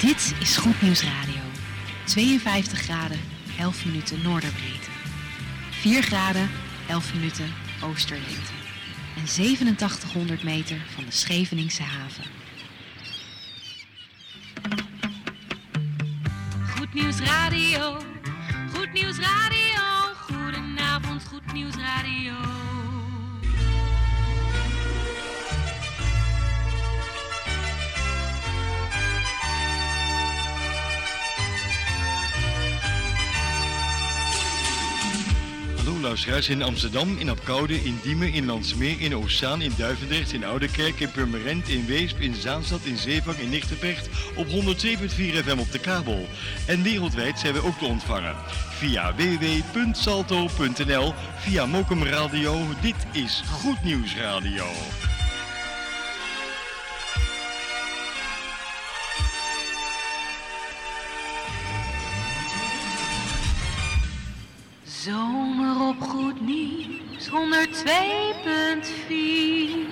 Dit is Goed Nieuws Radio. 52 graden, 11 minuten noorderbreedte. 4 graden, 11 minuten oosterlengte. En 8700 meter van de Scheveningse haven. Goed Nieuws Radio. Goed Nieuws Radio. Goedenavond, Goed Nieuws Radio. Hallo luisteraars in Amsterdam, in Apkoude, in Diemen, in Landsmeer, in Oostzaan, in Duivendrecht, in Oudekerk, in Purmerend, in Weesp, in Zaanstad, in Zeevang, in Nigtevecht op 107.4 FM op de kabel. En wereldwijd zijn we ook te ontvangen via www.salto.nl, via Mokum Radio. Dit is Goed Nieuws Radio. Zomer op Goed Nieuws 102.4.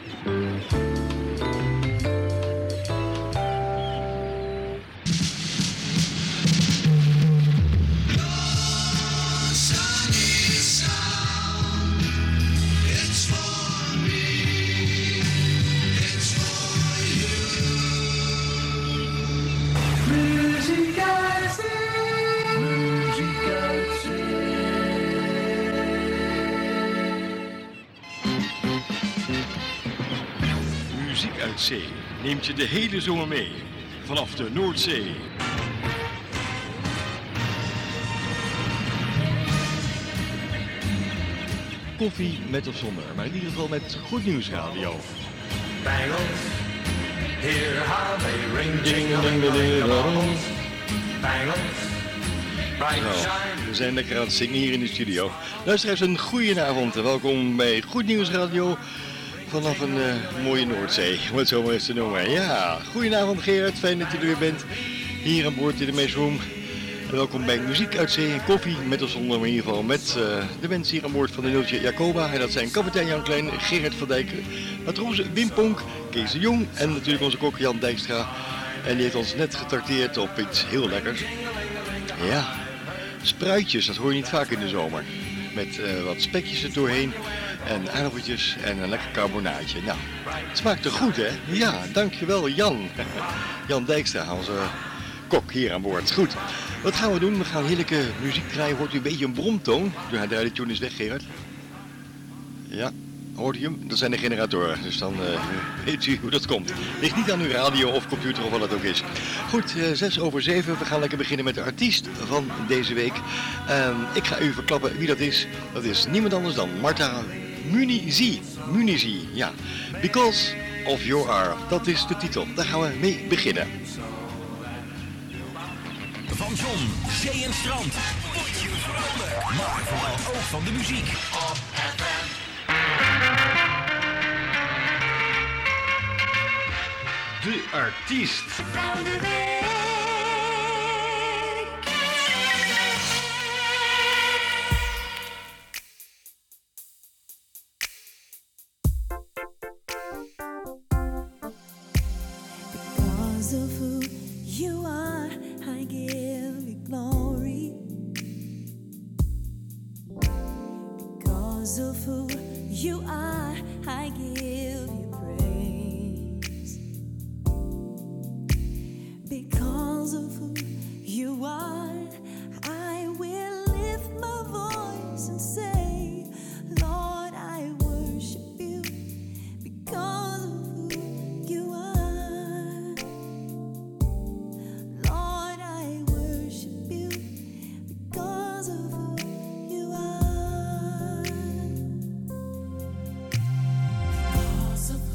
Zee neemt je de hele zomer mee, vanaf de Noordzee. Koffie met of zonder, maar in ieder geval met Goed Nieuws Radio. Bangles, hear how they ring, ding-a-ling-a-ling-a-ling. Bangles, bright shine. We zijn lekker aan het zingen hier in de studio. Luisteraars, een goedenavond en welkom bij Goed Nieuws Radio. Vanaf een mooie Noordzee, om het zo maar eens te noemen. Ja, goedenavond Gerard, fijn dat je er weer bent. Hier aan boord in de Messroom. Welkom bij Muziek uit Zee en Koffie, met of zonder, in ieder geval met de mensen hier aan boord van de Neeltje Jacoba. En dat zijn kapitein Jan Klein, Gerard van Dijk, matroos Wim Ponk, Kees de Jong en natuurlijk onze kok Jan Dijkstra. En die heeft ons net getrakteerd op iets heel lekkers. Ja, spruitjes, dat hoor je niet vaak in de zomer. Met wat spekjes er doorheen. En aardappeltjes en een lekker carbonaatje. Nou, het smaakt er goed, hè? Ja, dankjewel Jan. Jan Dijkstra, onze kok hier aan boord. Goed, wat gaan we doen? We gaan heerlijke muziek draaien. Hoort u een beetje een bromtoon? De tune is weg, Gerard. Ja, hoort u hem? Dat zijn de generatoren, dus dan weet u hoe dat komt. Ligt niet aan uw radio of computer of wat het ook is. Goed, 6:06. We gaan lekker beginnen met de artiest van deze week. Ik ga u verklappen wie dat is. Dat is niemand anders dan Marta Munizi, ja. Because of You Are, dat is de titel. Daar gaan we mee beginnen. Van zon, zee en strand, word je vrolijk, maar vooral ook van de muziek. Op FM. De artiest. Of who you are, I give you glory. Because of who you are, I give you praise. Because of who you are, I will lift my voice and say, Lord, I worship you because of who you are. Of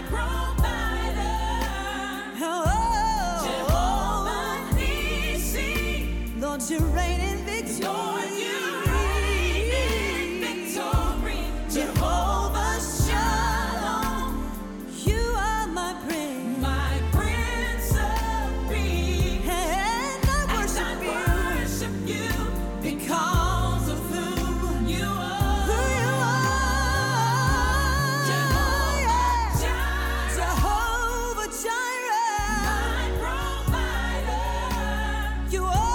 You reign in victory. Lord, you reign in victory. Jehovah Shalom. You are my Prince of Peace. And I worship you because of who you are. Who you are. Jehovah Jireh. Jehovah Jireh. My provider. You are.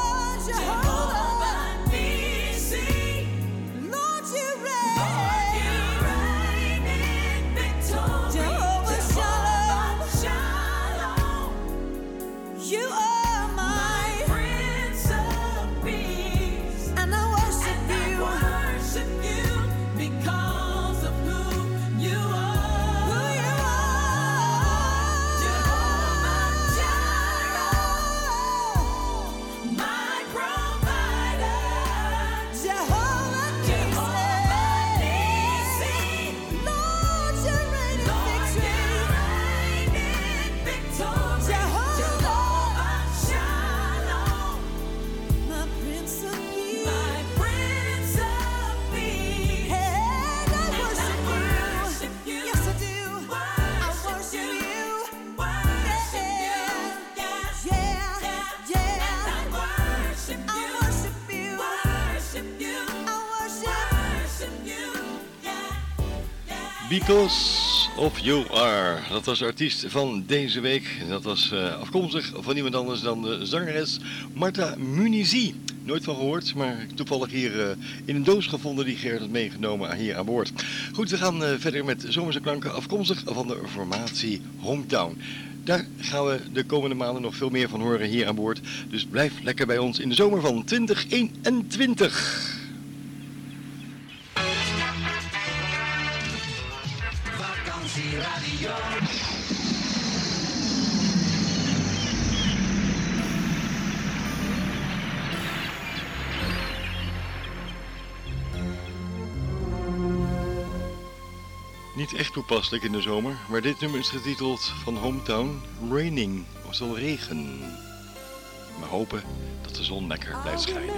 Because of You Are. Dat was de artiest van deze week. Dat was afkomstig van niemand anders dan de zangeres Marta Munizi. Nooit van gehoord, maar toevallig hier in een doos gevonden die Gerard had meegenomen hier aan boord. Goed, we gaan verder met zomerse klanken afkomstig van de formatie Hometown. Daar gaan we de komende maanden nog veel meer van horen hier aan boord. Dus blijf lekker bij ons in de zomer van 2021. Radio. Niet echt toepasselijk in de zomer, maar dit nummer is getiteld van Hometown Raining, oftewel regen. We hopen dat de zon lekker blijft schijnen.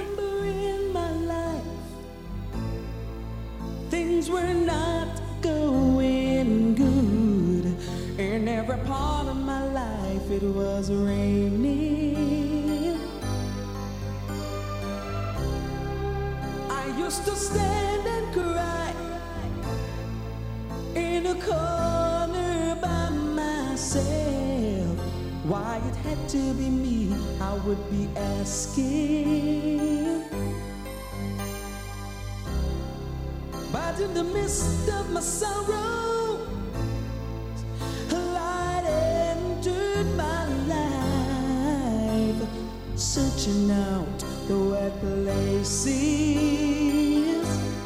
Things were not going good. In every part of my life it was raining. I used to stand and cry in a corner by myself. Why it had to be me, I would be asking. But in the midst of my sorrow, a light entered my life, searching out the wet places.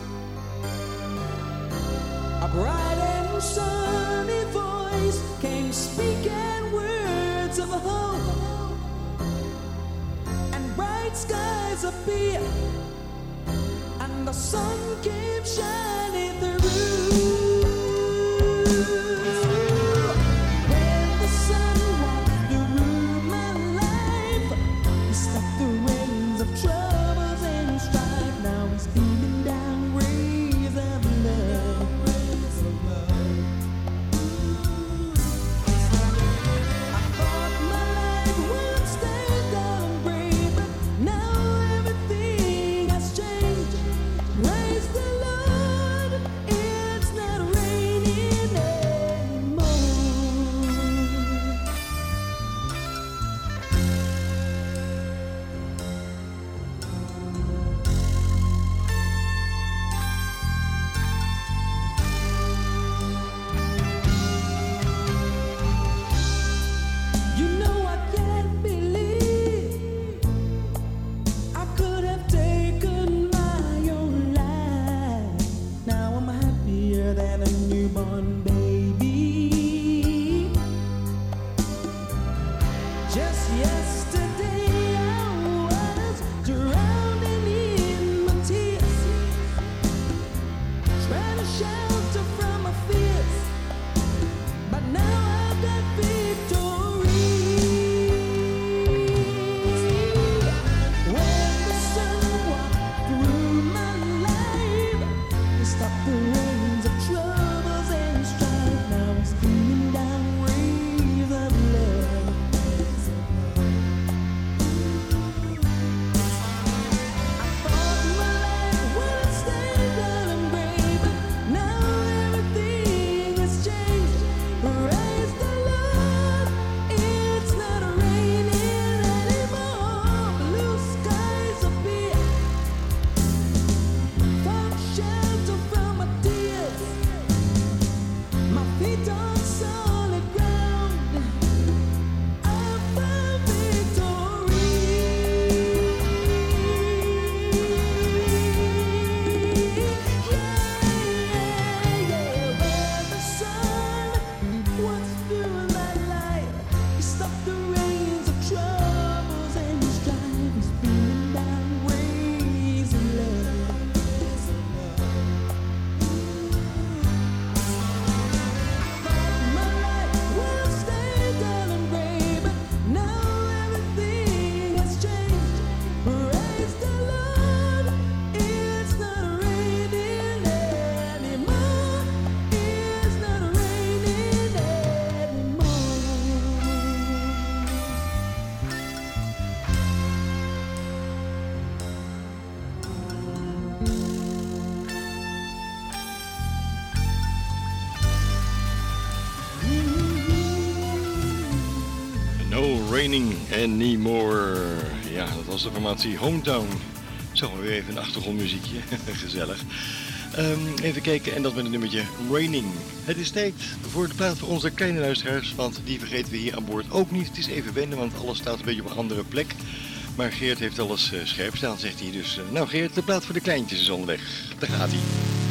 A bright and sunny voice came speaking words of hope, and bright skies appeared, and the sun came shining through. When the sun walked through my life, he stopped the winds of troubles and strife. Now he's beaming down rays of love. I thought my life would stay down brave, but now everything has changed. Praise the Lord. Raining Anymore. Ja, dat was de formatie Hometown. Zo, weer even een achtergrondmuziekje. Gezellig. Even kijken, en dat met het nummertje Raining. Het is tijd voor de plaats voor onze kleine luisteraars, want die vergeten we hier aan boord ook niet. Het is even wennen, want alles staat een beetje op een andere plek. Maar Geert heeft alles scherp staan, zegt hij. Dus nou Geert, de plaats voor de kleintjes is onderweg. Daar gaat hij.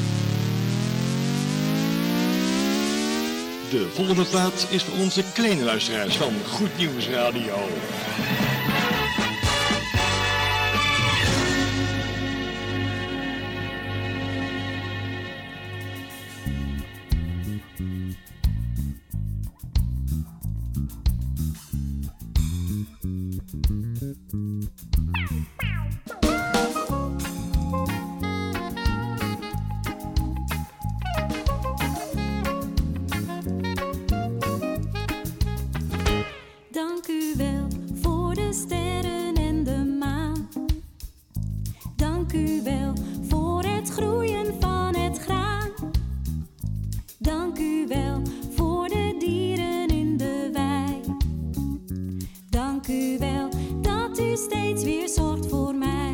De volgende plaat is voor onze kleine luisteraars van Goed Nieuws Radio. Dank u wel voor de sterren en de maan. Dank u wel voor het groeien van het graan. Dank u wel voor de dieren in de wei. Dank u wel dat u steeds weer zorgt voor mij.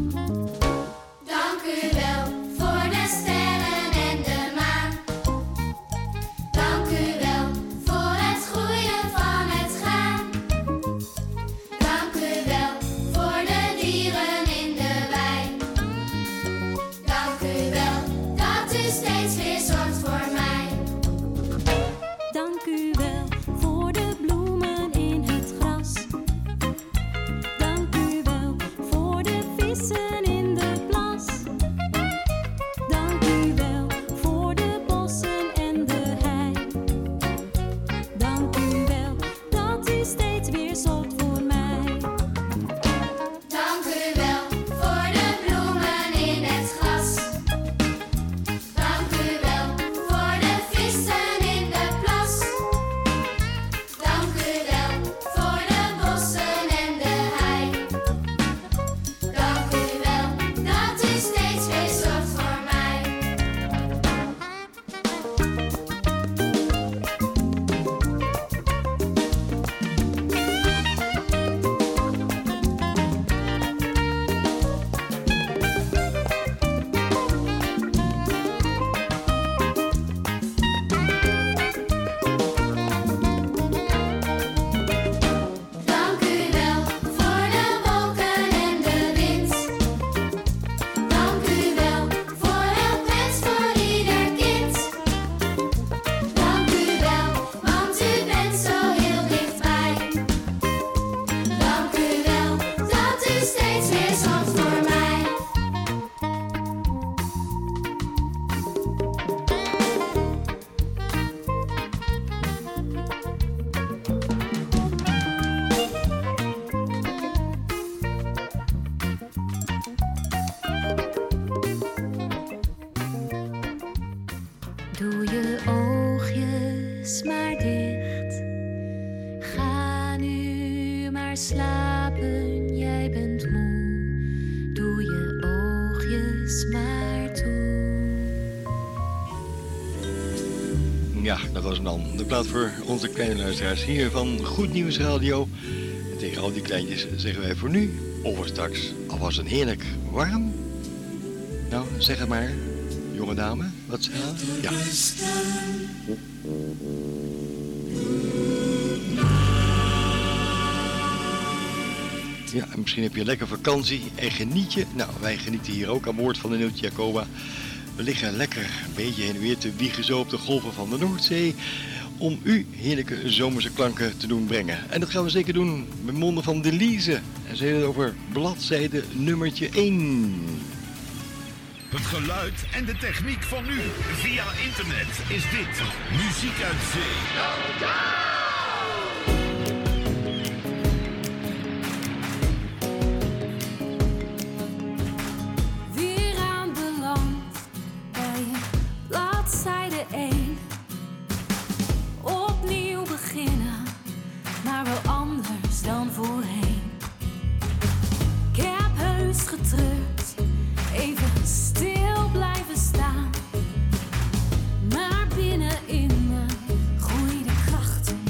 Dank u wel voor de sterren en de maan. Dank u wel voor het groeien van het graan. Dank u wel voor de dieren in de wei. Dank u wel dat u steeds weer zorgt voor mij. Dank u wel voor de bloemen in het gras. Dank u wel voor de vissen in de plas. Dank u wel voor de bossen en de hei. Dank u wel dat u steeds weer zorgt voor mij. Dank u wel voor de bloemen in het gras. Dank u wel voor de vissen in de plas. Dank u wel voor de bossen en de hei. Dank u wel dat u steeds weer zorgt voor mij. Dank u wel voor de wolken en de wind. Dank u wel voor elk mens, voor ieder kind. Dank u wel, want u bent zo heel dichtbij. Dank u wel dat u steeds weer zorgt voor mij. Doe je oogjes maar dicht. Ga nu maar slapen, jij bent moe. Doe je oogjes maar toe. Ja, dat was hem dan. De plaat voor onze kleine luisteraars hier van Goed Nieuws Radio. En tegen al die kleintjes zeggen wij voor nu, of straks, alvast een heerlijk warm. Nou, zeg het maar, jonge dame. Wat zeg je? Ja. Ja, en misschien heb je lekker vakantie en geniet je. Nou, wij genieten hier ook aan boord van de Neeltje Jacoba. We liggen lekker een beetje heen en weer te wiegen zo op de golven van de Noordzee. Om u heerlijke zomerse klanken te doen brengen. En dat gaan we zeker doen met monden van Delise. En ze heeft het over bladzijde nummertje 1. Het geluid en de techniek van nu. Via internet is dit Muziek uit Zee. Weer aanbeland bij bladzijde 1. Opnieuw beginnen, maar wel anders dan voorheen. Ik heb heus getreurd, even stil blijven staan. Maar binnenin me groeide kracht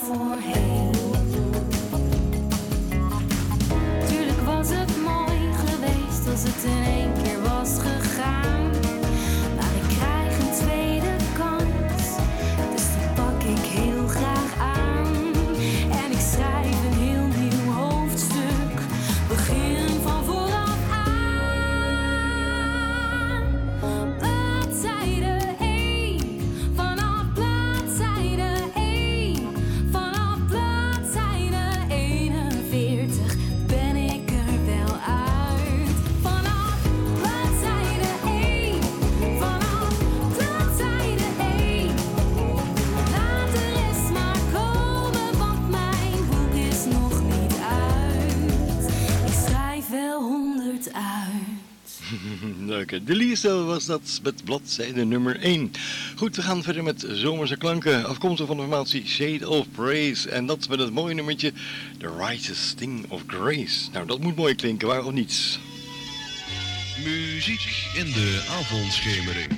voorheen. Tuurlijk was het mooi geweest als het in één keer was gegaan. Maar ik krijg een tweede kans, dus die pak ik heel graag aan. En ik schrijf een heel nieuw hoofdstuk, begin van vooraf aan. Bladzijde 1, vanaf bladzijde 1, vanaf bladzijde 41 ben ik er wel uit. Vanaf bladzijde 1, vanaf bladzijde 1. Laat de rest maar komen, want mijn boek is nog niet uit. Ik schrijf wel 100 uit. Leuke. De Liesel was dat met bladzijde nummer 1. Goed, we gaan verder met zomerse klanken. Afkomstig van de formatie Shade of Praise. En dat met het mooie nummertje The Righteous Sting of Grace. Nou, dat moet mooi klinken, waarom niet? Muziek in de avondschemering.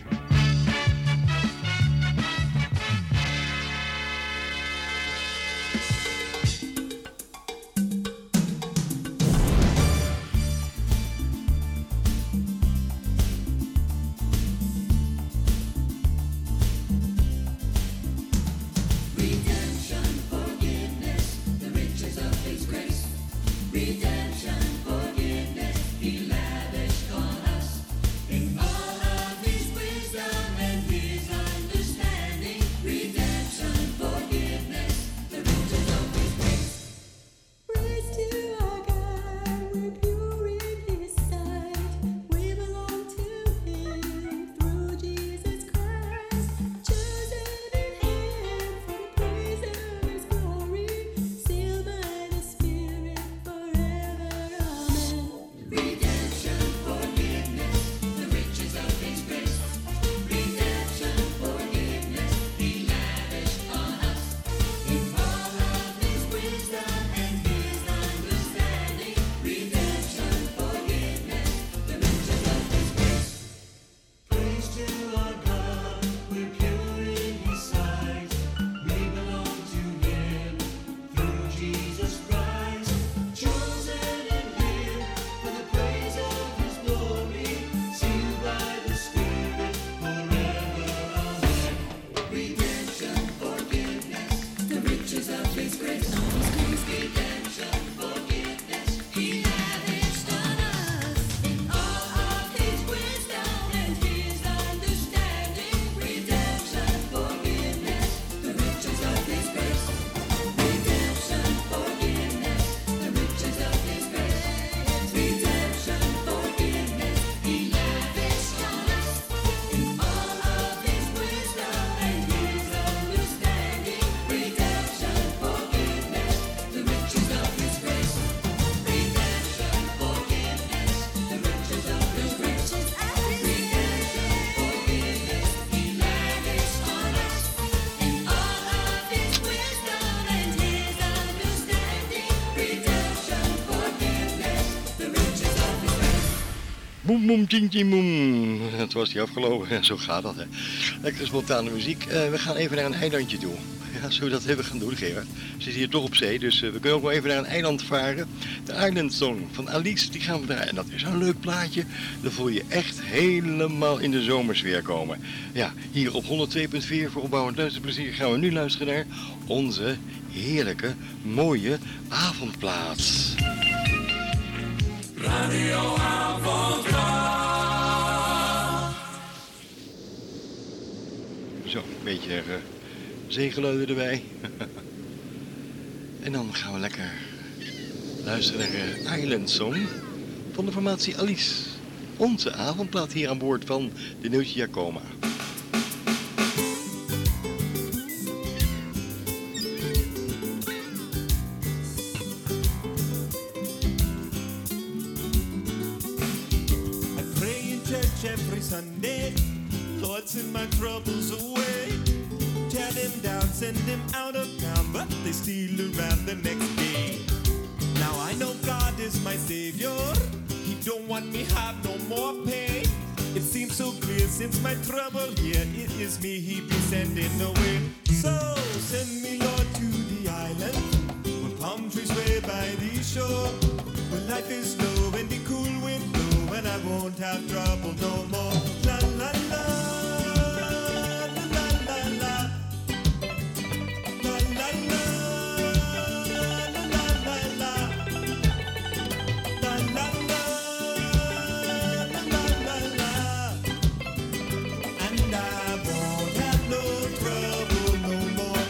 Redemption, forgiveness, the riches of His grace. Redemption, forgiveness, He lavished on us. In all of His wisdom and His understanding. Redemption, forgiveness, the riches of His grace. Praise to our God, we're pure in His sight. We belong to Him through Jesus Christ. Chosen in Him for the praise of His glory. Sealed by the Spirit forever. Amen. Redemption, forgiveness, the riches of His grace. Redemption, forgiveness, He lavished on us. In all of His wisdom and His understanding. Redemption, forgiveness, the riches of His grace. Praise to our God, we're pure in His sight. We belong to Him through Jesus Christ. Chosen in Him for the praise of His glory. Sealed by the Spirit forever. Amen. Redemption, forgiveness, the riches of His grace. Redemption, forgiveness, He lavished on us. In all of His wisdom and His understanding. Redemption, forgiveness, the riches of His grace. Redemption, forgiveness, the riches of His grace. Redemption, forgiveness, He lavished on us. In all of His wisdom and His understanding. Redemption, forgiveness, the riches of His grace. Redemption, forgiveness, the riches of His grace. Redemption, forgiveness, He lavished on us. In all of His wisdom and His understanding. Redemption, forgiveness, the riches of His grace. Boem, boem, tjing, tjing, boem. Het was die afgelopen. Zo gaat dat, hè. Lekker spontane muziek. We gaan even naar een eilandje toe. Ja, zullen we dat even gaan doen, Gerard? We zitten hier toch op zee, dus we kunnen ook wel even naar een eiland varen. De Island Song van Alice, die gaan we draaien. En dat is een leuk plaatje. Dan voel je echt helemaal in de zomersfeer komen. Ja, hier op 102.4 voor opbouwend luisterplezier gaan we nu luisteren naar onze heerlijke, mooie avondplaats. Zo, een beetje zeegeluiden erbij. En dan gaan we lekker luisteren naar Island Song van de formatie Alice. Onze avondplaat hier aan boord van de Neutje Jacoma. I pray in church every Sunday, Lord, send my troubles away. Tear them down, send them out of town, but they still around the next day. Now I know God is my savior, He don't want me have no more pain. It seems so clear since my trouble here, it is me He be sending away. So send me, Lord, to the life is slow and the cool wind blow, and I won't have trouble no more. La la la, la la la la, la la la, la la la la, la la la, la la la, and I won't have no trouble no more.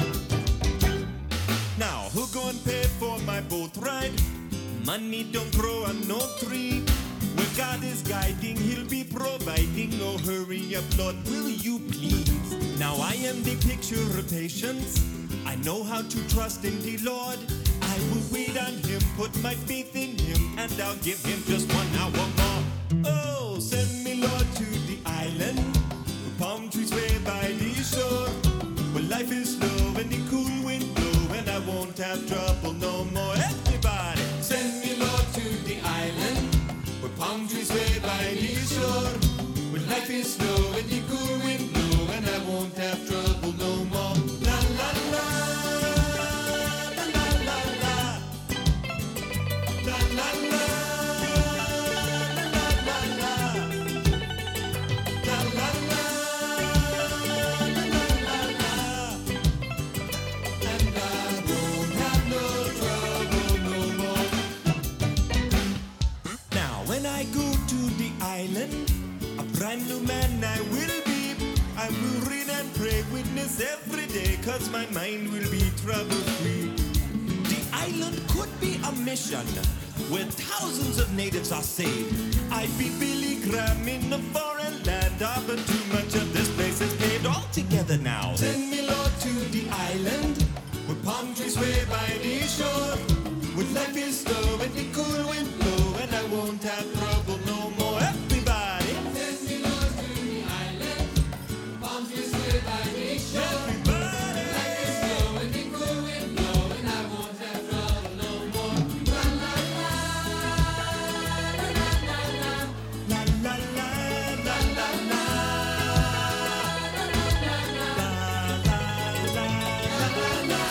Now who go and pay for my boat ride? Money don't grow on no tree. Where God is guiding, He'll be providing. Oh, hurry up, Lord, will you please? Now I am the picture of patience. I know how to trust in the Lord. I will wait on Him, put my faith in Him, and I'll give Him just 1 hour more. Oh, send me, Lord, to the island where palm trees wave by the shore, where life is slow and the cool wind blow, and I won't have trouble no more. Everybody, send me, Lord, to the island where palm trees wave by the shore, where life is slow and the cool wind blow, and I won't have trouble no more. La la la, la la la la, la la la, la la la, la la la, la la la, and I won't have no trouble no more. Now when I go to the island, a brand new man I will be. I will read and pray, witness every day, cause my mind will be trouble free. The island could be a mission where thousands of natives are saved. I'd be Billy Graham in a foreign land, but too much of this place is paid all together now. Send me, Lord, to the island where palm trees wave by the shore, where life is slow and the cool wind blow, and I won't have trouble no more. Everybody, send me, Lord, to the island where palm trees wave by the shore. Everybody, life is slow and the cool wind blow, and I won't have trouble no more. La la la, la la la la, la la la, la la la, la la la, la la la.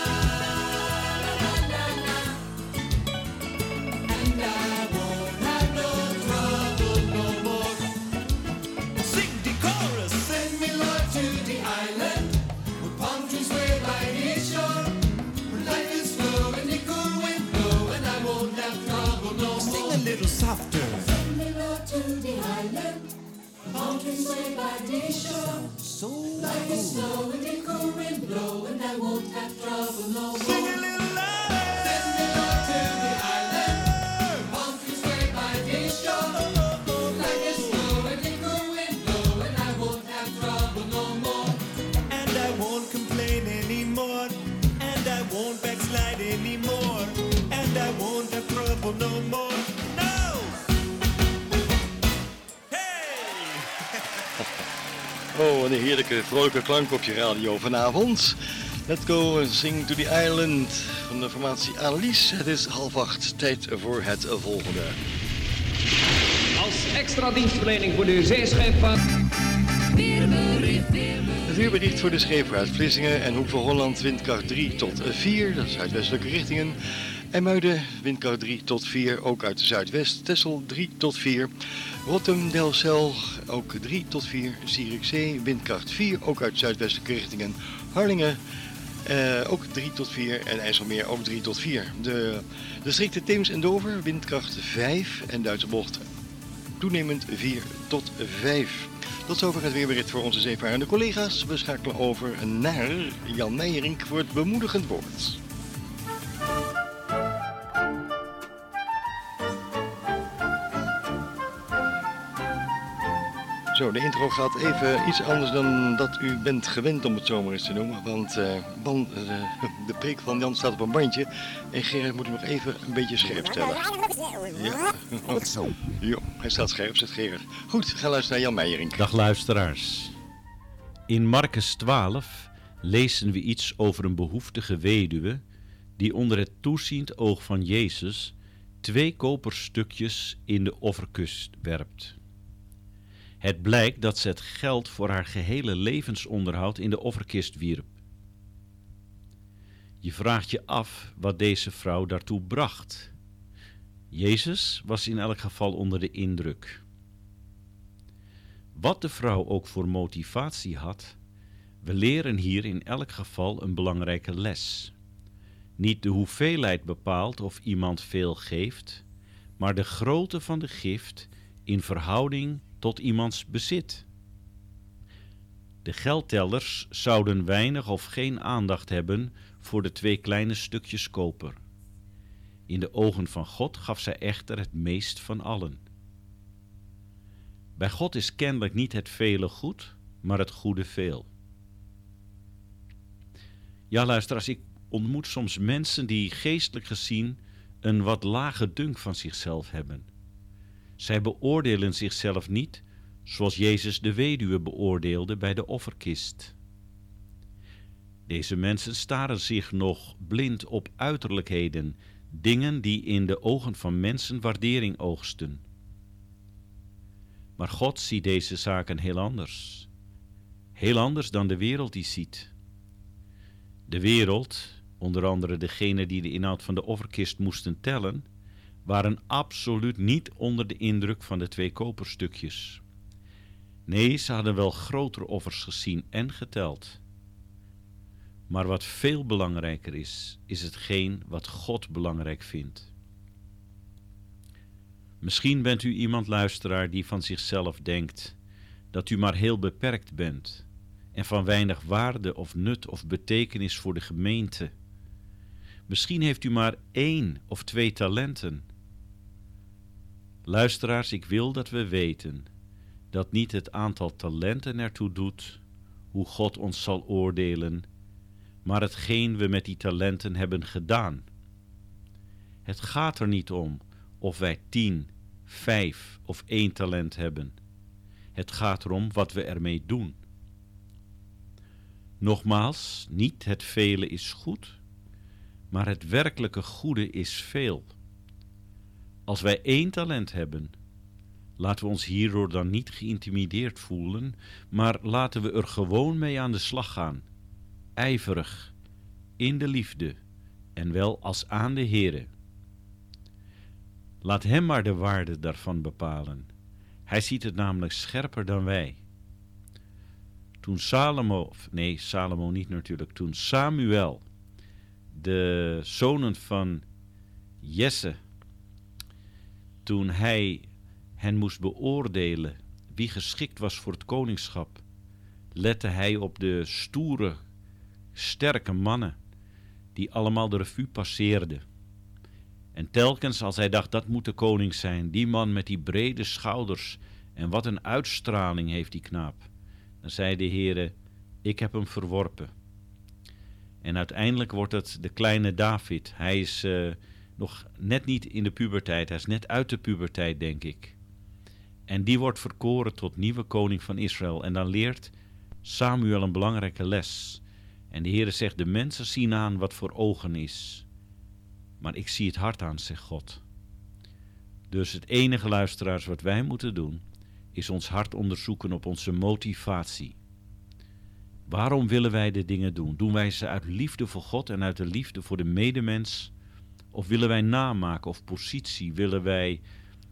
And I won't have no trouble no more. Sing the chorus. Send me, Lord, to the island where palm trees wave by the shore, where life is slow and the cool wind blow, and I won't have trouble no more. Sing a little softer. Send me, Lord, to the island. Palm trees wave by the shore. So Life is slow and the cool wind blow, and I won't have trouble no more. sing a little louder. Send me, Lord, to the island. Palm trees wave by the shore. Life is slow and the cool wind blow, and I won't have trouble no more. And I won't complain anymore, and I won't backslide anymore, and I won't have trouble no more. No! Hey! Oh, wat een heerlijke, vrolijke klank op je radio vanavond. Let's go and sing to the island van de formatie Annelies. Het is 7:30, tijd voor het volgende. Als extra dienstverlening voor de zeescheepvaart. Het weerbericht voor de scheepvaart Vlissingen en Hoek van Holland, windkracht 3 tot 4, dat is zuidwestelijke richtingen. IJmuiden, windkracht 3 tot 4, ook uit de zuidwest. Texel 3 tot 4. Rotterdam, Delfzijl, ook 3 tot 4. Zierikzee, windkracht 4, ook uit zuidwestelijke richtingen. Harlingen, ook 3 tot 4. En IJsselmeer, ook 3 tot 4. De districten Theems en Dover, windkracht 5. En Duitse Bocht, toenemend 4 tot 5. Tot zover het weerbericht voor onze zeevarende collega's. We schakelen over naar Jan Meijering voor het bemoedigend woord. Zo, de intro gaat even iets anders dan dat u bent gewend om het zomaar eens te noemen. Want de prik van Jan staat op een bandje en Gerard moet hem nog even een beetje scherp stellen. Ja, jo, hij staat scherp, zegt Gerard. Goed, ga luisteren naar Jan Meijering. Dag luisteraars. In Markus 12 lezen we iets over een behoeftige weduwe die onder het toeziend oog van Jezus 2 koperstukjes in de offerkist werpt. Het blijkt dat ze het geld voor haar gehele levensonderhoud in de offerkist wierp. Je vraagt je af wat deze vrouw daartoe bracht. Jezus was in elk geval onder de indruk. Wat de vrouw ook voor motivatie had, we leren hier in elk geval een belangrijke les. Niet de hoeveelheid bepaalt of iemand veel geeft, maar de grootte van de gift in verhouding tot iemands bezit. De geldtellers zouden weinig of geen aandacht hebben voor de 2 kleine stukjes koper. In de ogen van God gaf zij echter het meest van allen. Bij God is kennelijk niet het vele goed, maar het goede veel. Ja, luisteraars, ik ontmoet soms mensen die geestelijk gezien een wat lage dunk van zichzelf hebben. Zij beoordelen zichzelf niet zoals Jezus de weduwe beoordeelde bij de offerkist. Deze mensen staren zich nog blind op uiterlijkheden, dingen die in de ogen van mensen waardering oogsten. Maar God ziet deze zaken heel anders. Heel anders dan de wereld die ziet. De wereld, onder andere degenen die de inhoud van de offerkist moesten tellen, waren absoluut niet onder de indruk van de 2 koperstukjes. Nee, ze hadden wel grotere offers gezien en geteld. Maar wat veel belangrijker is hetgeen wat God belangrijk vindt. Misschien bent u iemand, luisteraar, die van zichzelf denkt dat u maar heel beperkt bent en van weinig waarde of nut of betekenis voor de gemeente. Misschien heeft u maar 1 of 2 talenten. Luisteraars, ik wil dat we weten dat niet het aantal talenten ertoe doet hoe God ons zal oordelen, maar hetgeen we met die talenten hebben gedaan. Het gaat er niet om of wij 10, 5 of 1 talent hebben. Het gaat erom wat we ermee doen. Nogmaals, niet het vele is goed, maar het werkelijke goede is veel. Als wij 1 talent hebben, laten we ons hierdoor dan niet geïntimideerd voelen, maar laten we er gewoon mee aan de slag gaan. Ijverig, in de liefde en wel als aan de Heere. Laat Hem maar de waarde daarvan bepalen. Hij ziet het namelijk scherper dan wij. Toen toen Samuel, de zonen van Jesse, toen hij hen moest beoordelen wie geschikt was voor het koningschap, lette hij op de stoere, sterke mannen die allemaal de revue passeerden. En telkens als hij dacht, dat moet de koning zijn, die man met die brede schouders, en wat een uitstraling heeft die knaap, dan zei de Heere, ik heb hem verworpen. En uiteindelijk wordt het de kleine David. Hij is nog net niet in de puberteit, hij is net uit de puberteit, denk ik. En die wordt verkoren tot nieuwe koning van Israël. En dan leert Samuel een belangrijke les. En de Heere zegt, de mensen zien aan wat voor ogen is. Maar ik zie het hart aan, zegt God. Dus het enige, luisteraars, wat wij moeten doen, is ons hart onderzoeken op onze motivatie. Waarom willen wij de dingen doen? Doen wij ze uit liefde voor God en uit de liefde voor de medemens? Of willen wij namaken of positie? Willen wij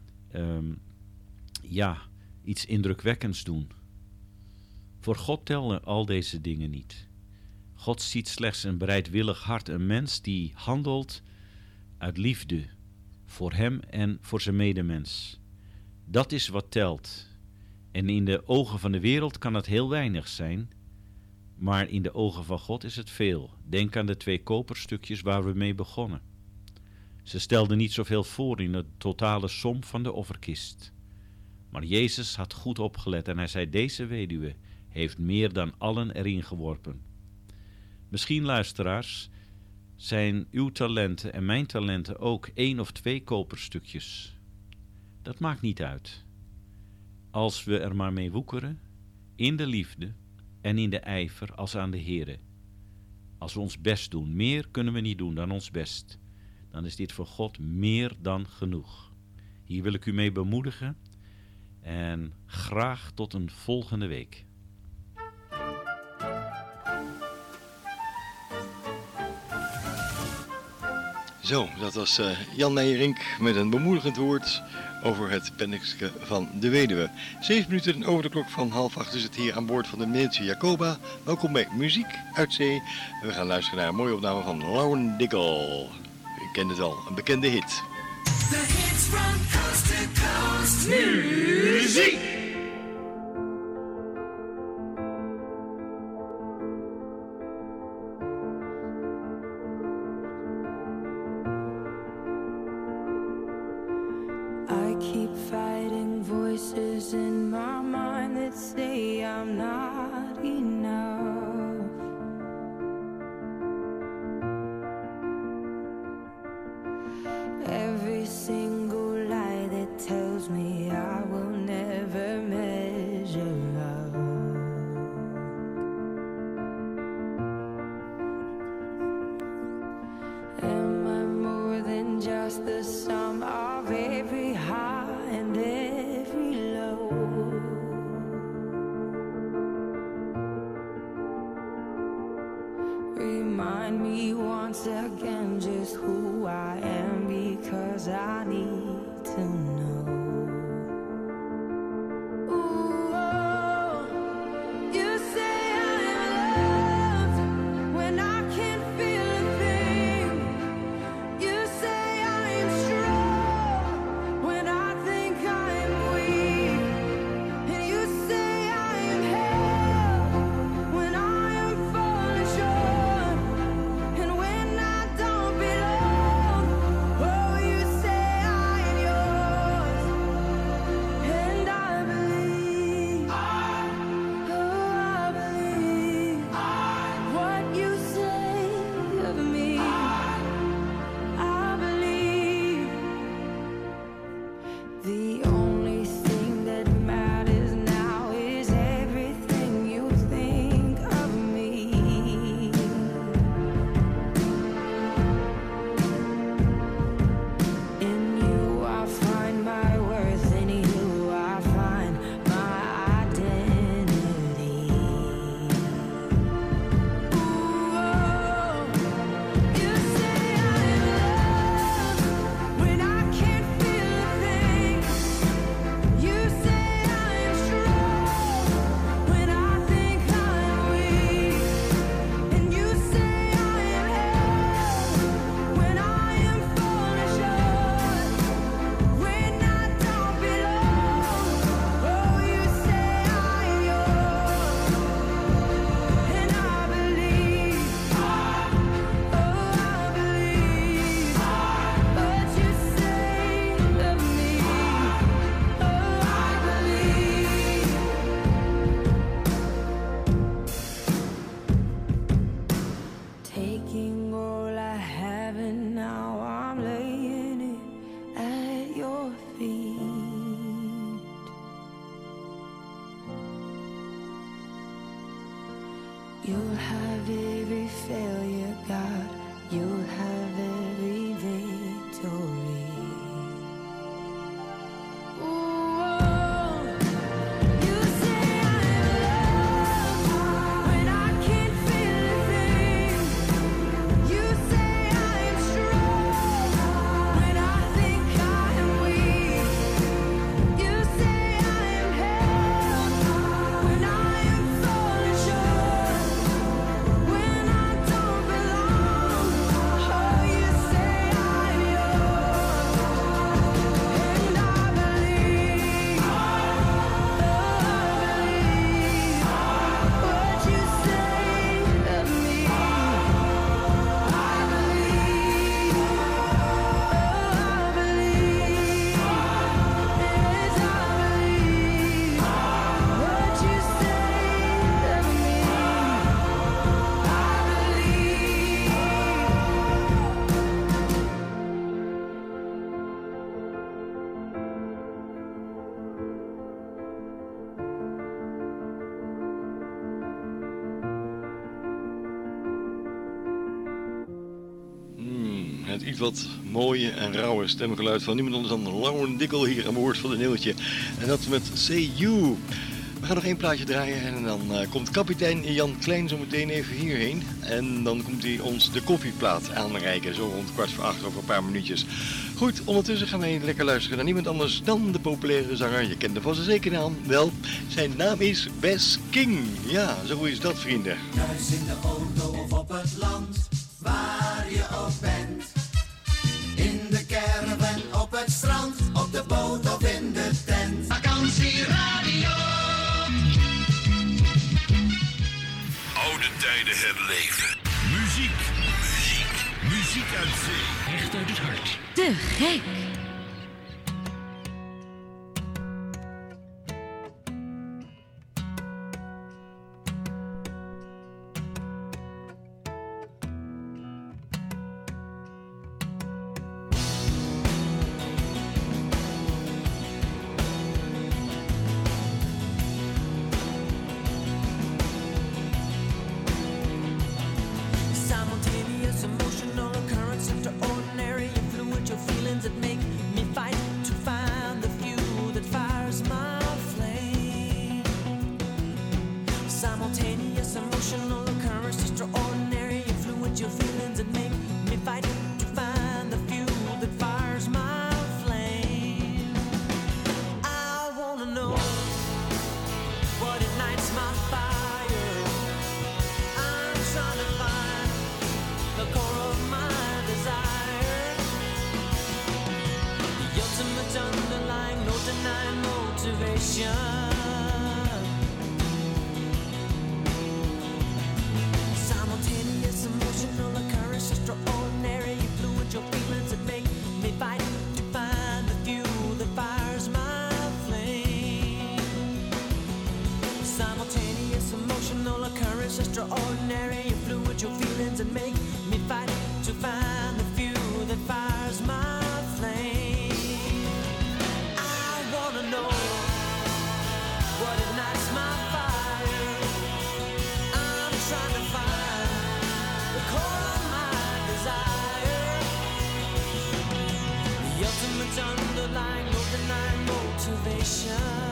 iets indrukwekkends doen? Voor God tellen al deze dingen niet. God ziet slechts een bereidwillig hart, een mens die handelt uit liefde voor hem en voor zijn medemens. Dat is wat telt. En in de ogen van de wereld kan het heel weinig zijn, maar in de ogen van God is het veel. Denk aan de 2 koperstukjes waar we mee begonnen. Ze stelden niet zoveel voor in de totale som van de offerkist. Maar Jezus had goed opgelet en hij zei, deze weduwe heeft meer dan allen erin geworpen. Misschien, luisteraars, zijn uw talenten en mijn talenten ook 1 of 2 koperstukjes. Dat maakt niet uit. Als we er maar mee woekeren, in de liefde en in de ijver als aan de Heere. Als we ons best doen, meer kunnen we niet doen dan ons best, dan is dit voor God meer dan genoeg. Hier wil ik u mee bemoedigen en graag tot een volgende week. Zo, dat was Jan Meijerink met een bemoedigend woord over het pennekske van de weduwe. 7 minuten over de klok van 7:30 is het hier aan boord van de Neeltje Jacoba. Welkom bij Muziek uit Zee. We gaan luisteren naar een mooie opname van Lauren Daigle. U kent het al, een bekende hit. The hits from coast to coast. Muziek. I keep fighting voices in my mind that say I'm not enough. Every single lie that tells me I will never measure up. Am I more than just the sum of every high and every low? Remind me once again just who I am, because I need to know. Ooh, oh, you say I'm loved when I can't feel a thing. You say I am strong when I think I am weak. And you say I am held when I am falling short. And when I don't belong, oh, you say I am yours. And I believe, oh, I believe what you say of me. I believe the only thing that matters now is everything you think of me. In you I find my worth, in you I find my identity. Ooh, oh, you say I am loved when I can't feel a thing. You say I am strong when I think I am weak. And you say I am held when I am falling short. When I don't belong, oh, you say I am yours. And I believe, oh, I believe what you say of me. Oh, I believe. Taking all I have and now I'm laying it at your feet. You'll have every failure, God. You'll have every victory. Ooh, oh, you say I am loved when I can't feel a thing. You say I am strong when I think I am weak. You say I am held when I am falling short. When I don't belong, oh, you say I am yours. And I believe, oh, I believe what you say of me. I believe, oh, I believe, yes, I believe what you say of me. I Het iets wat mooie en rauwe stemgeluid van niemand anders dan Lauren Daigle hier aan boord van de Neeltje. En dat met Say You. We gaan nog één plaatje draaien en dan komt kapitein Jan Klein zo meteen even hierheen. En dan komt hij ons de koffieplaat aanreiken, zo rond 7:15 over een paar minuutjes. Goed, ondertussen gaan wij lekker luisteren naar niemand anders dan de populaire zanger. Je kent hem vast een zeker naam. Wel, zijn naam is Wes King. Ja, zo is dat, vrienden. Thuis in de auto of op het land, waar je ook bent. In de caravan, op het strand, op de boot of in de tent. Vakantieradio. Oude tijden herleven. Muziek, muziek, muziek uit zee. Echt uit het hart. Te gek! Simultaneous emotional occurrence, extraordinary influence, your feelings that make me fight to find the fuel that fires my flame. Simultaneous emotional occurrence, extraordinary influence, your feelings that make me fight to find the fuel that fires my flame. I wanna know what ignites my fire. I'm trying to find the core of my desire, the ultimate underlying, no denying motivation. Simultaneous emotional occurrence, extraordinary influence, your feelings that make me fight to find the fuel that fires my flame. Simultaneous emotional occurrence, extraordinary influence, your feelings that make me fight to find the fuel that fires my flame. I wanna know what ignites my fire. I'm trying to find the core of my desire, the ultimate underlying, no denying motivation.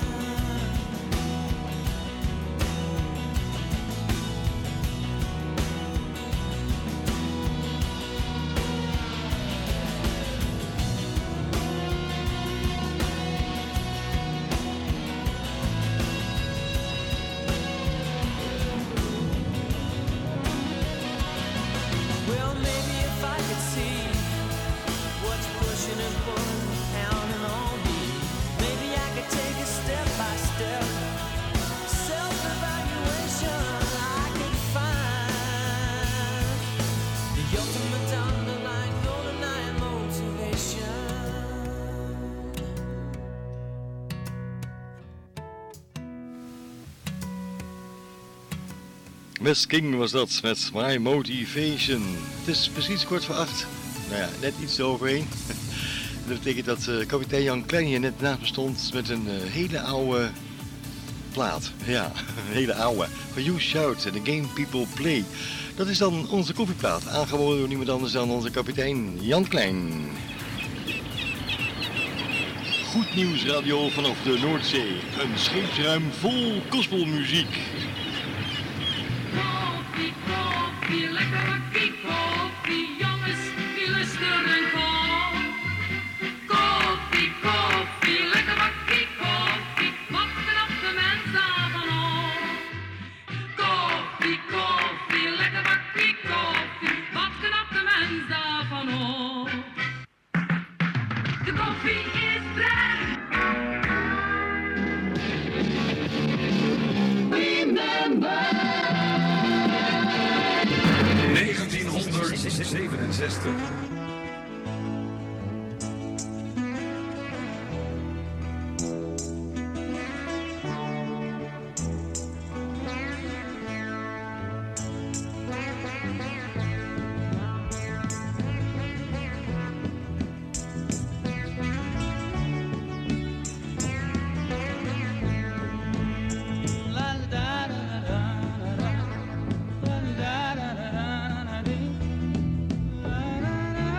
Well, maybe if I could see what's pushing and pulling, pounding on me, maybe I could take it step by step. Self-evaluation, I could find the ultimate underlying, no denying motivation. Wes King was dat met My Motivation. Het is precies 7:15. Nou ja, net iets eroverheen. Dat betekent dat kapitein Jan Klein hier net naast me stond met een hele oude plaat. Ja, een hele oude. For You Shout and the Game People Play. Dat is dan onze koffieplaat, aangeboden door niemand anders dan onze kapitein Jan Klein. Goed nieuws radio vanaf de Noordzee. Een scheepsruim vol gospelmuziek. Koffie, koffie, lekker bakkie koffie, jongens, die lusten en kom. Koffie, koffie, lekker bakkie koffie, wat knapt de mens daarvan op? Koffie, koffie, lekker bakkie koffie, wat knapt de mens daarvan op? De koffie is vrij. Remember 1967. La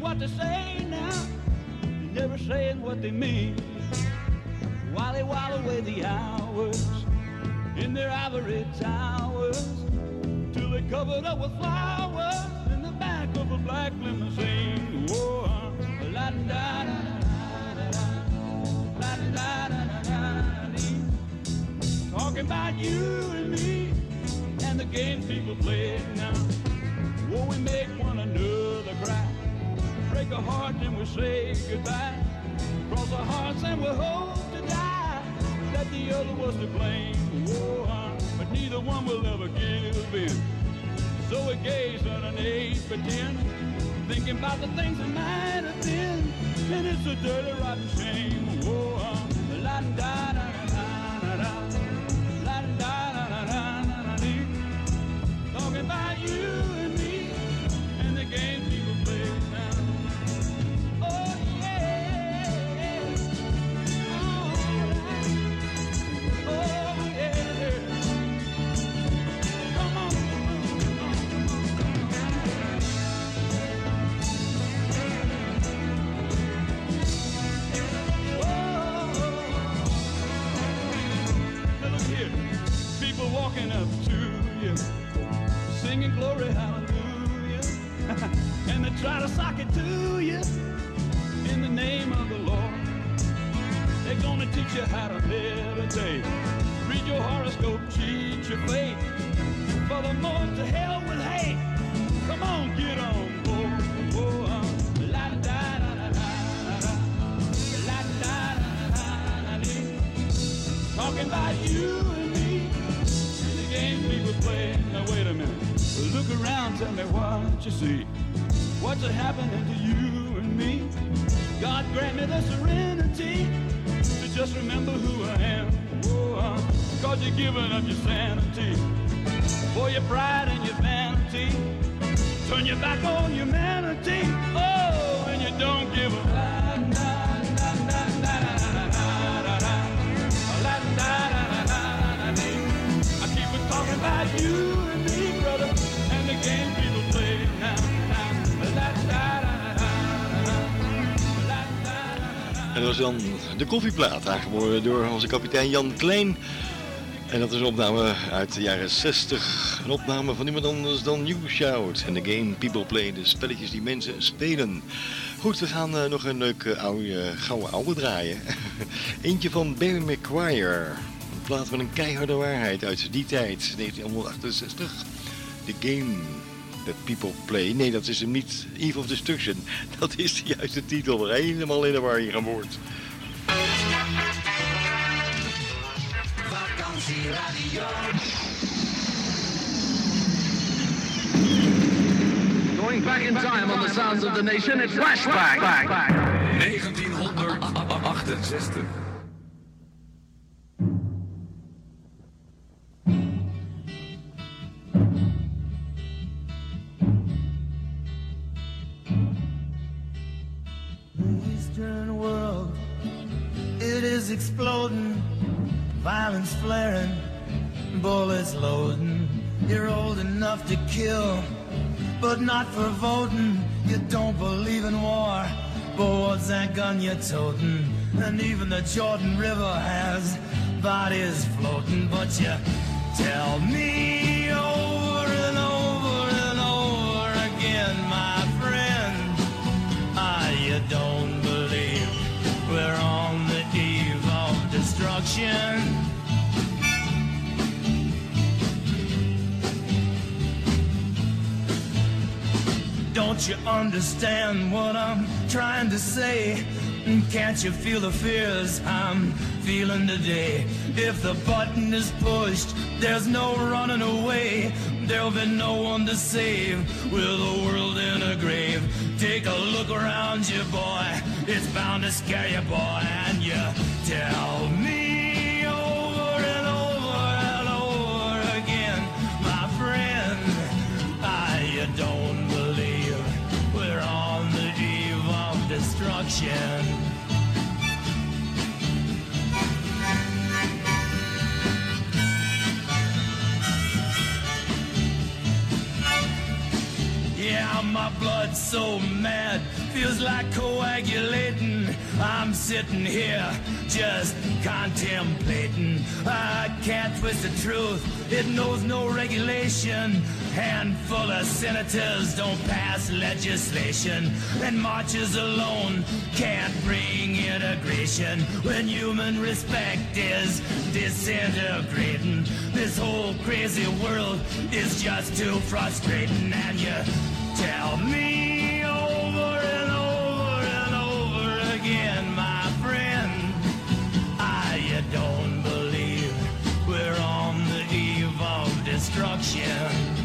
what they say now, never saying what they mean. While they while away the hours in their ivory towers, till they covered up with flowers in the back of a black limousine. Whoa, la da da da da da da da. Talking about you and me and the games people play now. Whoa, we make one another cry, break our heart and we say goodbye. Cross our hearts and we hope to die that the other was to blame. Whoa, but neither one will ever give in. So we gaze underneath pretend, thinking about the things that might have been, and it's a dirty rotten shame. Whoa, la da da da da da, la da da da da da da. Talking about you and me and the games people play now. Oh yeah, oh yeah. Come on. People walking up to you, singing glory hallelujah, and they try to sock it to you in the name of the Lord. They're gonna teach you how to meditate, read your horoscope, cheat your fate, for the moment to hell with hate. Come on, get on board. Oh, la da da da da da, la da da da da da. Talking about you and me, the game people play. Now wait a minute, look around, tell me what you see. What's happening to you and me? God grant me the serenity to just remember who I am. Oh, cause you're giving up your sanity for your pride and your vanity. Turn your back on humanity. Oh, and you don't give a talking about you and me, brother, and the game people play now. En dat was dan de koffieplaat, aangeboden door onze kapitein Jan Klein. En dat is een opname uit de jaren 60. Een opname van niemand anders dan New Shout. En de game People Play, de spelletjes die mensen spelen. Goed, we gaan nog een leuk gouden oude draaien. Eentje van Barry McGuire. Een plaat met een keiharde waarheid uit die tijd, 1968. The Game That People Play. Nee, dat is hem niet. Eve of Destruction. Dat is de juiste titel, maar helemaal in de war hier aan boord. Vakantieradio. Going back in time on the sounds of the nation, it's flashback. 1968. Eastern world, it is exploding, violence flaring, bullets loading. You're old enough to kill, but not for voting. You don't believe in war, but what's that gun you're toting? And even the Jordan River has bodies floating, but you tell me over and over and over again, my friend, you don't believe we're on the eve of destruction. Don't you understand what I'm trying to say? Can't you feel the fears I'm feeling today? If the button is pushed, there's no running away. There'll be no one to save with the world in a grave. Take a look around you, boy. It's bound to scare you, boy. And you tell me over and over and over again, my friend, you don't believe we're on the eve of destruction. Yeah, my blood so mad, feels like coagulating. I'm sitting here just contemplating. I can't twist the truth, it knows no regulation. Handful of senators don't pass legislation, and marches alone can't bring integration. When human respect is disintegrating, this whole crazy world is just too frustrating. And you tell me over and over and over again, my friend, you don't believe we're on the eve of destruction.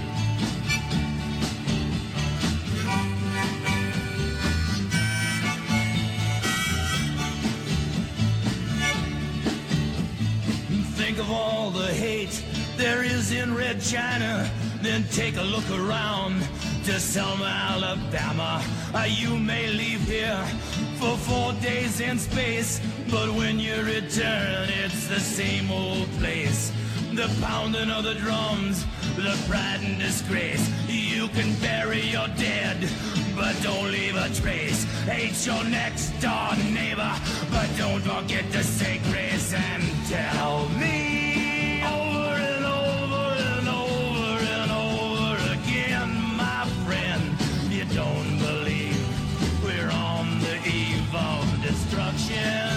Think of all the hate there is in Red China, then take a look around to Selma, Alabama. You may leave here for 4 days in space, but when you return, it's the same old place. The pounding of the drums, the pride and disgrace. You can bury your dead, but don't leave a trace. Hate your next door neighbor, but don't forget to say grace. And tell me over and over and over and over again, my friend, you don't believe we're on the eve of destruction.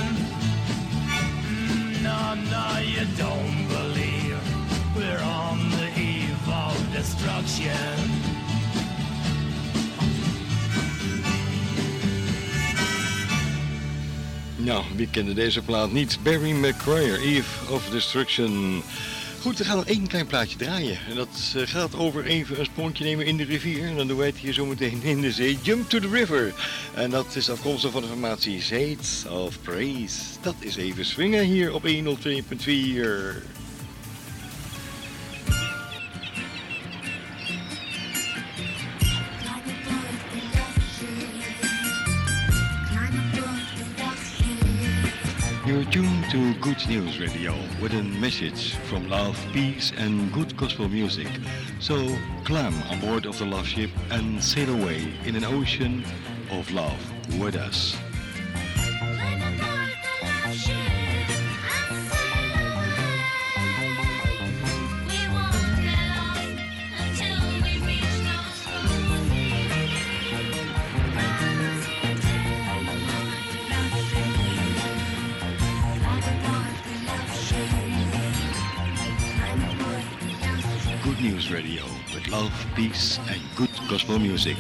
No, you don't believe we're on the eve of destruction. Nou, wie kende deze plaat niet? Barry McGuire, Eve of Destruction. Goed, we gaan nog één klein plaatje draaien. En dat gaat over even een sprongje nemen in de rivier. En dan doen wij het hier zo meteen in de zee. Jump to the river. En dat is afkomstig van de formatie Shades of Praise. Dat is even swingen hier op 102.4. You're tuned to Good News Radio with a message from love, peace and good gospel music. So climb on board of the love ship and sail away in an ocean of love with us. News Radio with love, peace and good gospel music.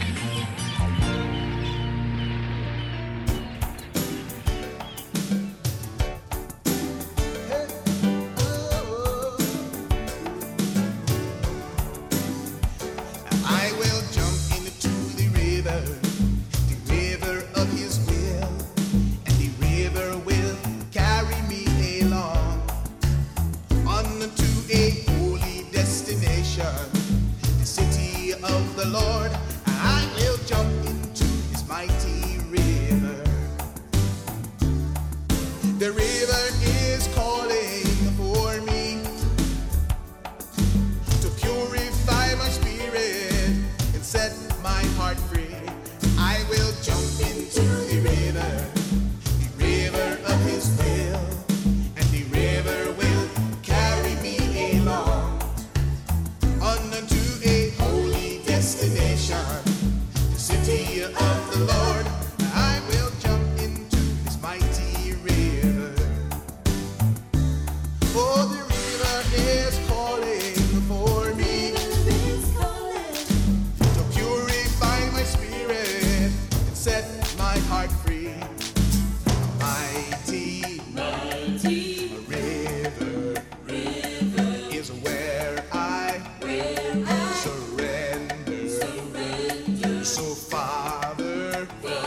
I will jump into the river of his will, and the river will carry me along unto a destination, the city of the Lord. I will jump into his mighty river. The river is calling for me to purify my spirit and set my heart free. I will jump into the river of his will, and the river will carry me along unto a holy destination, the city of the Lord. I will jump into his mighty river. Oh, the river is calling for me to purify my spirit and set my heart free. Mighty river is where I surrender. So Father,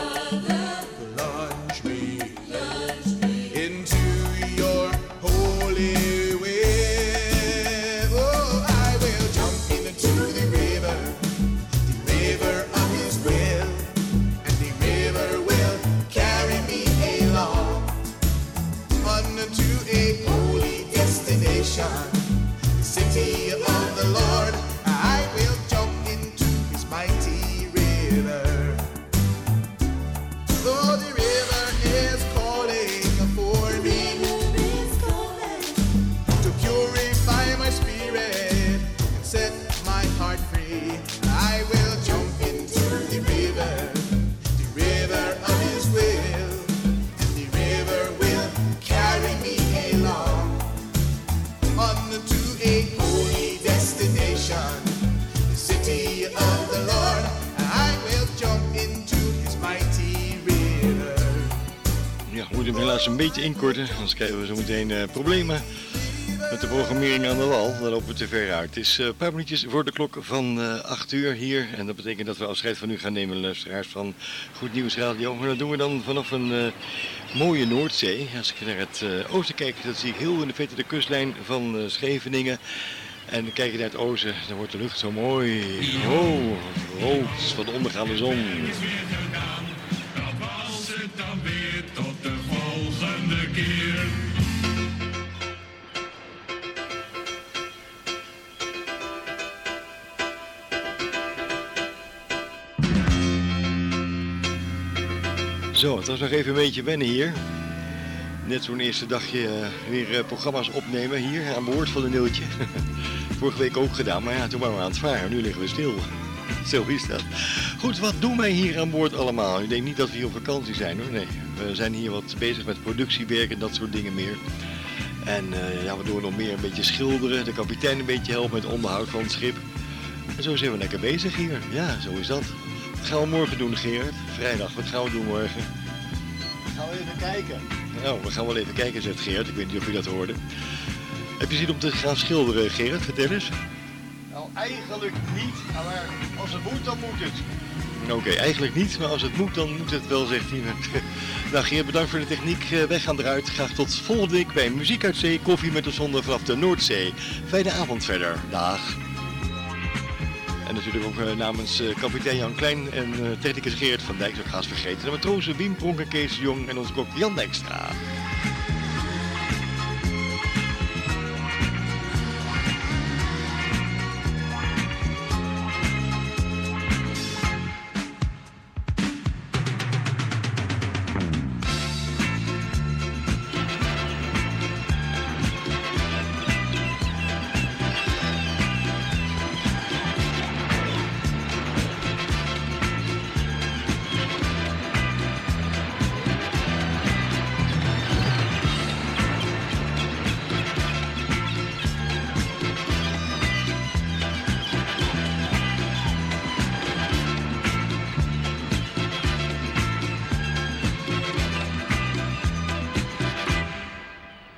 plunge me into your holy way. Oh, I will jump into the river of his will, and the river will carry me along unto a holy destination, the city of the Lord. I will jump into his mighty river. helaas een beetje inkorten, anders krijgen we zo meteen problemen met de programmering aan de wal. Dan lopen we te ver uit. Het is een paar minuutjes voor de klok van 8 uur hier. En dat betekent dat we afscheid van u gaan nemen, luisteraars van Goed Nieuws Radio. Maar dat doen we dan vanaf een mooie Noordzee. Als ik naar het oosten kijk, dan zie ik heel in de vette de kustlijn van Scheveningen. En kijk je naar het oosten, dan wordt de lucht zo mooi. Oh, rood van de ondergaande zon. Dat was het dan weer, tot de volgende keer. Zo, het was nog even een beetje wennen hier. Net zo'n eerste dagje weer programma's opnemen hier aan boord van de Neeltje. Vorige week ook gedaan, maar ja, toen waren we aan het varen. Nu liggen we stil. Zo is dat. Goed, wat doen wij hier aan boord allemaal? Ik denk niet dat we hier op vakantie zijn hoor. Nee, we zijn hier wat bezig met productiewerk en dat soort dingen meer. En ja, we doen nog meer een beetje schilderen. De kapitein een beetje helpen met het onderhoud van het schip. En zo zijn we lekker bezig hier. Ja, zo is dat. Wat gaan we morgen doen, Gerard? Vrijdag, wat gaan we doen morgen? Gaan we even kijken. Nou, we gaan wel even kijken, zegt Gerard. Ik weet niet of u dat hoorde. Heb je zin om te gaan schilderen, Gerard? Vertel eens. Nou, eigenlijk niet, maar als het moet, dan moet het. Oké, eigenlijk niet, maar als het moet, dan moet het wel, zegt hij. Nou, Gerard, bedankt voor de techniek. Wij gaan eruit. Graag tot volgende week bij Muziek uit Zee, koffie met de zon vanaf de Noordzee. Fijne avond verder. Dag. En natuurlijk ook namens kapitein Jan Klein en technicus Gerard van Dijk, zo ik ga eens vergeten. De matrozen Wim Pronk en Kees de Jong en onze kok Jan Dijkstra.